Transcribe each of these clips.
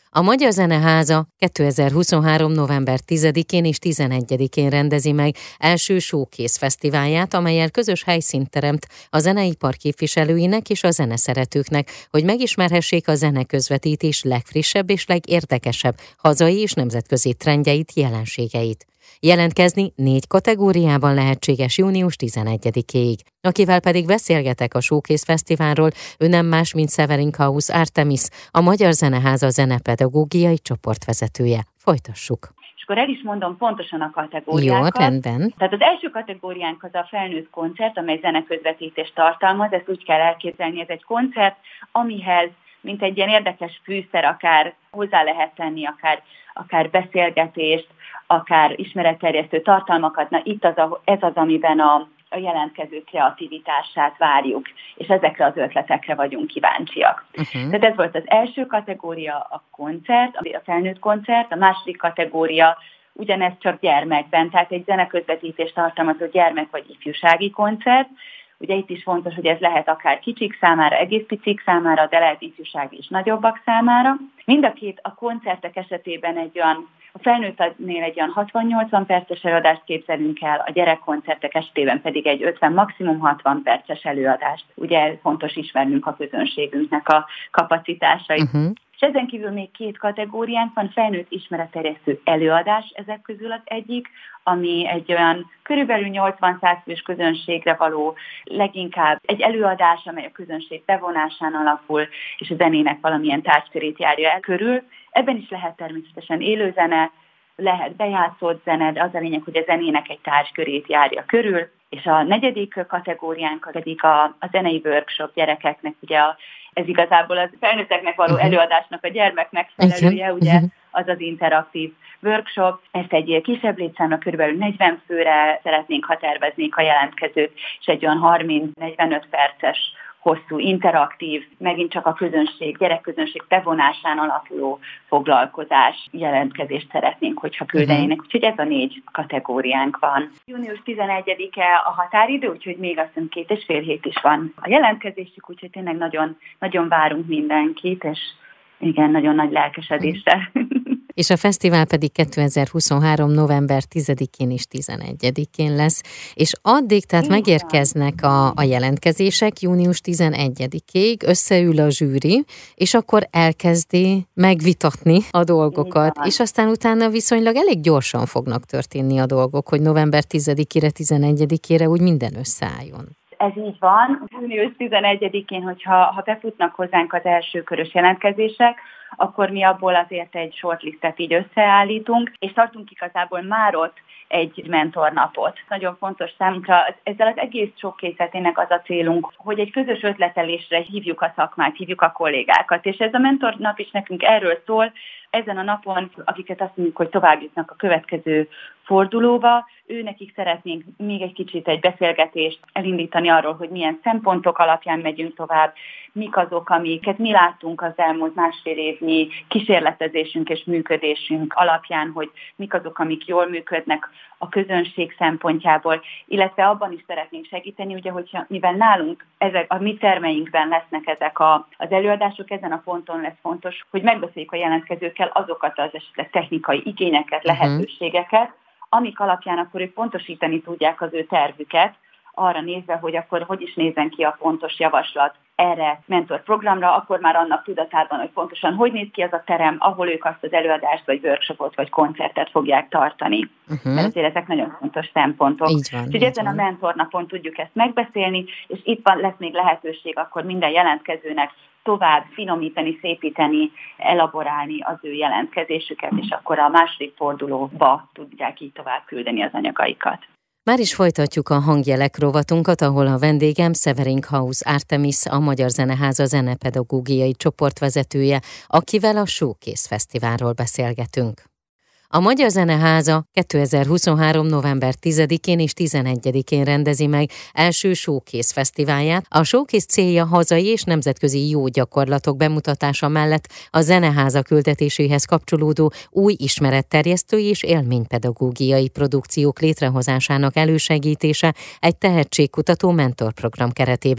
A Magyar Zeneháza 2023. november 10-én és 11-én rendezi meg első showkész fesztiválját, amellyel közös helyszínt teremt a zeneipar képviselőinek és a zeneszeretőknek, hogy megismerhessék a zeneközvetítés legfrissebb és legérdekesebb hazai és nemzetközi trendjeit, jelenségeit. Jelentkezni 4 kategóriában lehetséges június 11-ig. Akivel pedig beszélgetek a Showkész Fesztiválról, ő nem más, mint Severinkhaus Artemis, a Magyar Zeneháza zenepedagógiai csoportvezetője. Folytassuk. És akkor el is mondom pontosan a kategóriákat. Jó, rendben. Tehát az első kategóriánk az a felnőtt koncert, amely zeneközvetítést tartalmaz. Ezt úgy kell elképzelni, ez egy koncert, amihez mint egy ilyen érdekes fűszer, akár hozzá lehet tenni, akár beszélgetést, akár ismeretterjesztő tartalmakat. Na itt ez az, amiben a jelentkező kreativitását várjuk, és ezekre az ötletekre vagyunk kíváncsiak. Tehát ez volt az első kategória, a koncert, a felnőtt koncert, a második kategória ugyanez csak gyermekben, tehát egy zeneközvetítést tartalmazó gyermek vagy ifjúsági koncert. Ugye itt is fontos, hogy ez lehet akár kicsik számára, egész picik számára, de lehet ifjúsági és nagyobbak számára. Mind a két a koncertek esetében a felnőttnél egy olyan 60-80 perces előadást képzelünk el, a gyerekkoncertek esetében pedig egy 50, maximum 60 perces előadást. Ugye fontos ismernünk a közönségünknek a kapacitásait. És ezen kívül még 2 kategóriánk van, felnőtt ismeretterjesztő előadás ezek közül az egyik, ami egy olyan körülbelül 80-100 fős közönségre való leginkább egy előadás, amely a közönség bevonásán alapul, és a zenének valamilyen tárgykörét járja el körül. Ebben is lehet természetesen élőzene, lehet bejátszott zene, de az a lényeg, hogy a zenének egy tárgykörét járja körül. És a negyedik kategóriánk pedig a zenei workshop gyerekeknek, ugye ez igazából a felnőtteknek való előadásnak a gyermek megfelelője, ugye az az interaktív workshop. Ezt egy kisebb létszámra, körülbelül 40 főre szeretnénk, ha terveznék a jelentkezők, és egy olyan 30-45 perces hosszú, interaktív, megint csak a gyerekközönség bevonásán alapuló foglalkozás, jelentkezést szeretnénk, hogyha küldenének. Úgyhogy ez a 4 kategóriánk van. Június 11-e a határidő, úgyhogy még azt hiszem 2,5 hét is van a jelentkezésük, úgyhogy tényleg nagyon, nagyon várunk mindenkit, és igen, nagyon nagy lelkesedéssel. És a fesztivál pedig 2023. november 10-én és 11-én lesz, és addig tehát megérkeznek a jelentkezések június 11-ig, összeül a zsűri, és akkor elkezdi megvitatni a dolgokat, és aztán utána viszonylag elég gyorsan fognak történni a dolgok, hogy november 10-ére, 11-ére úgy minden összeálljon. Ez így van. Június 11-én, hogyha befutnak hozzánk az első körös jelentkezések, akkor mi abból azért egy shortlistet így összeállítunk, és tartunk igazából már ott egy mentornapot. Nagyon fontos számunkra, ezzel az egész showkészletének az a célunk, hogy egy közös ötletelésre hívjuk a szakmát, hívjuk a kollégákat, és ez a mentornap is nekünk erről szól. Ezen a napon, akiket azt mondjuk, hogy tovább jutnak a következő fordulóba, nekik szeretnénk még egy kicsit egy beszélgetést elindítani arról, hogy milyen szempontok alapján megyünk tovább, mik azok, amiket mi láttunk az elmúlt másfél évnyi kísérletezésünk és működésünk alapján, hogy mik azok, amik jól működnek a közönség szempontjából, illetve abban is szeretnénk segíteni, ugye, hogyha mivel nálunk a mi termeinkben lesznek ezek az előadások, ezen a ponton lesz fontos, hogy megbeszéljük a jelentkezőkkel azokat az esetleg technikai igényeket, lehetőségeket, amik alapján akkor ők pontosítani tudják az ő tervüket, arra nézve, hogy akkor hogy is nézzen ki a pontos javaslat erre mentorprogramra, akkor már annak tudatában, hogy pontosan hogy néz ki az a terem, ahol ők azt az előadást, vagy workshopot, vagy koncertet fogják tartani. Mert azért ezek nagyon fontos szempontok. Úgyhogy ezen a mentornapon tudjuk ezt megbeszélni, és itt lesz még lehetőség akkor minden jelentkezőnek tovább finomítani, szépíteni, elaborálni az ő jelentkezésüket, és akkor a második fordulóba tudják így tovább küldeni az anyagaikat. Már is folytatjuk a hangjelek rovatunkat, ahol a vendégem Severinkhaus Artemis, a Magyar Zeneháza zenepedagógiai csoportvezetője, akivel a Showkész Fesztiválról beszélgetünk. A Magyar Zeneháza 2023. november 10-én és 11-én rendezi meg első Showkész Fesztiválját. A Showkész célja hazai és nemzetközi jó gyakorlatok bemutatása mellett a zeneháza küldetéséhez kapcsolódó új ismeretterjesztő és élménypedagógiai produkciók létrehozásának elősegítése egy tehetségkutató mentorprogram keretében.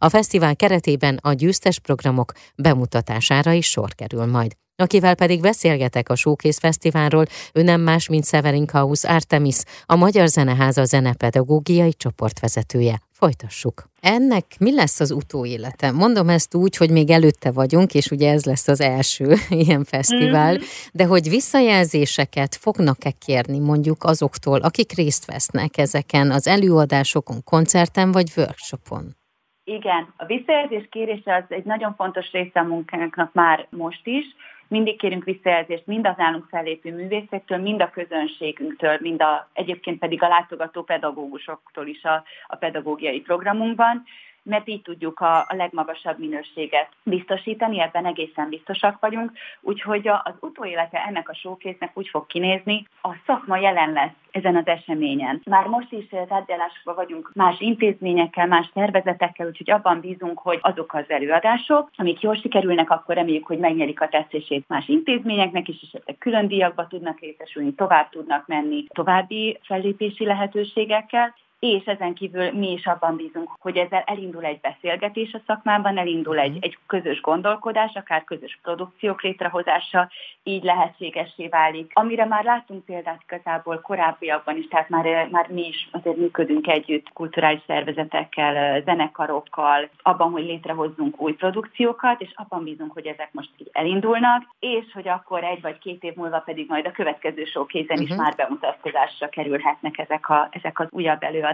A fesztivál keretében a győztes programok bemutatására is sor kerül majd. Akivel pedig beszélgetek a Showcase Fesztiválról, ő nem más, mint Severinkhaus Artemis, a Magyar Zeneháza zenepedagógiai csoportvezetője. Folytassuk. Ennek mi lesz az utóélete? Mondom ezt úgy, hogy még előtte vagyunk, és ugye ez lesz az első ilyen fesztivál, de hogy visszajelzéseket fognak-e kérni mondjuk azoktól, akik részt vesznek ezeken az előadásokon, koncerten vagy workshopon? Igen, a visszajelzés kérése az egy nagyon fontos része a munkánknak már most is. Mindig kérünk visszajelzést mind az nálunk fellépő művészektől, mind a közönségünktől, egyébként pedig a látogató pedagógusoktól is a pedagógiai programunkban, mert így tudjuk a legmagasabb minőséget biztosítani, ebben egészen biztosak vagyunk. Úgyhogy az utóélete ennek a showcase-nek úgy fog kinézni, a szakma jelen lesz ezen az eseményen. Már most is tárgyalásban vagyunk más intézményekkel, más szervezetekkel, úgyhogy abban bízunk, hogy azok az előadások, amik jól sikerülnek, akkor reméljük, hogy megnyerik a tetszését más intézményeknek is, és esetleg külön díjakba tudnak részesülni, tovább tudnak menni további fellépési lehetőségekkel. És ezen kívül mi is abban bízunk, hogy ezzel elindul egy beszélgetés a szakmában, elindul egy közös gondolkodás, akár közös produkciók létrehozása, így lehetségessé válik. Amire már láttunk példát igazából korábbiakban is, tehát már mi is azért működünk együtt kulturális szervezetekkel, zenekarokkal, abban, hogy létrehozzunk új produkciókat, és abban bízunk, hogy ezek most így elindulnak, és hogy akkor 1 vagy 2 év múlva pedig majd a következő showcase-en is már bemutatkozásra kerülhetnek ezek az újabb előadások.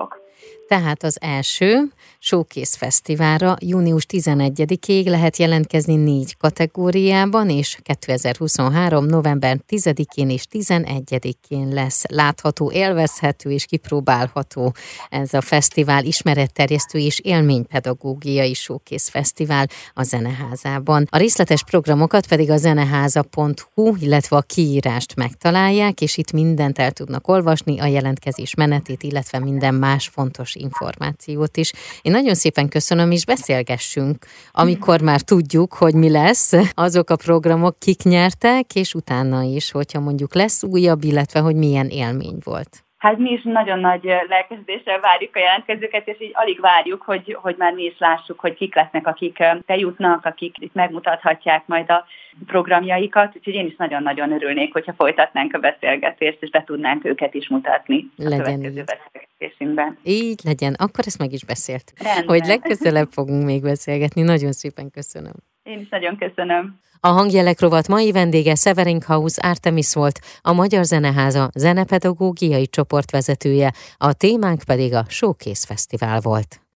Tehát az első Showcase Fesztiválra június 11-ig lehet jelentkezni 4 kategóriában, és 2023. november 10-én és 11-én lesz látható, élvezhető és kipróbálható ez a fesztivál, ismeretterjesztő és élménypedagógiai Showcase Fesztivál a Zeneházában. A részletes programokat pedig a zeneháza.hu, illetve a kiírást megtalálják, és itt mindent el tudnak olvasni, a jelentkezés menetét, illetve minden más fontos információt is. Én nagyon szépen köszönöm, és beszélgessünk, amikor már tudjuk, hogy mi lesz, azok a programok, kik nyertek, és utána is, hogyha mondjuk lesz újabb, illetve hogy milyen élmény volt. Hát mi is nagyon nagy lelkesedéssel várjuk a jelentkezőket, és így alig várjuk, hogy már mi is lássuk, hogy kik lesznek, akik bejutnak, akik itt megmutathatják majd a programjaikat, úgyhogy én is nagyon-nagyon örülnék, hogyha folytatnánk a beszélgetést, és be tudnánk őket is mutatni a következő beszélgetésünkben. Így legyen, akkor ezt meg is beszélt. Rendben. Hogy legközelebb fogunk még beszélgetni. Nagyon szépen köszönöm. Én is nagyon köszönöm. A Hangjelek rovat mai vendége Severinkhaus Artemis volt, a Magyar Zeneháza zenepedagógiai csoportvezetője, a témánk pedig a Showcase Fesztivál volt.